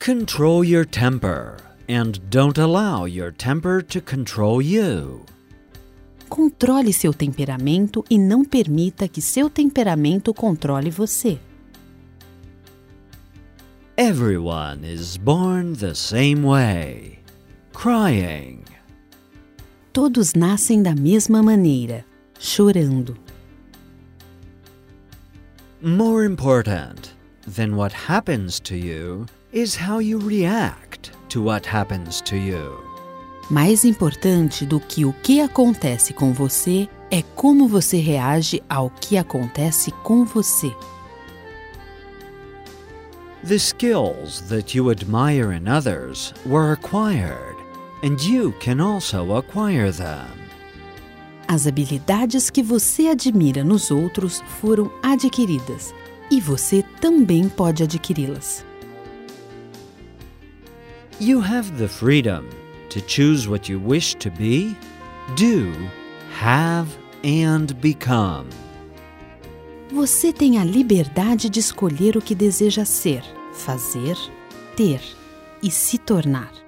Control your temper and don't allow your temper to control you. Controle seu temperamento e não permita que seu temperamento controle você. Everyone is born the same way, crying. Todos nascem da mesma maneira, chorando. More important than what happens to you is how you react to what happens to you. Mais importante do que o que acontece com você é como você reage ao que acontece com você. The skills that you admire in others were acquired, and you can also acquire them. As habilidades que você admira nos outros foram adquiridas, e você também pode adquiri-las. You have the freedom to choose what you wish to be, do, have, and become. Você tem a liberdade de escolher o que deseja ser, fazer, ter e se tornar.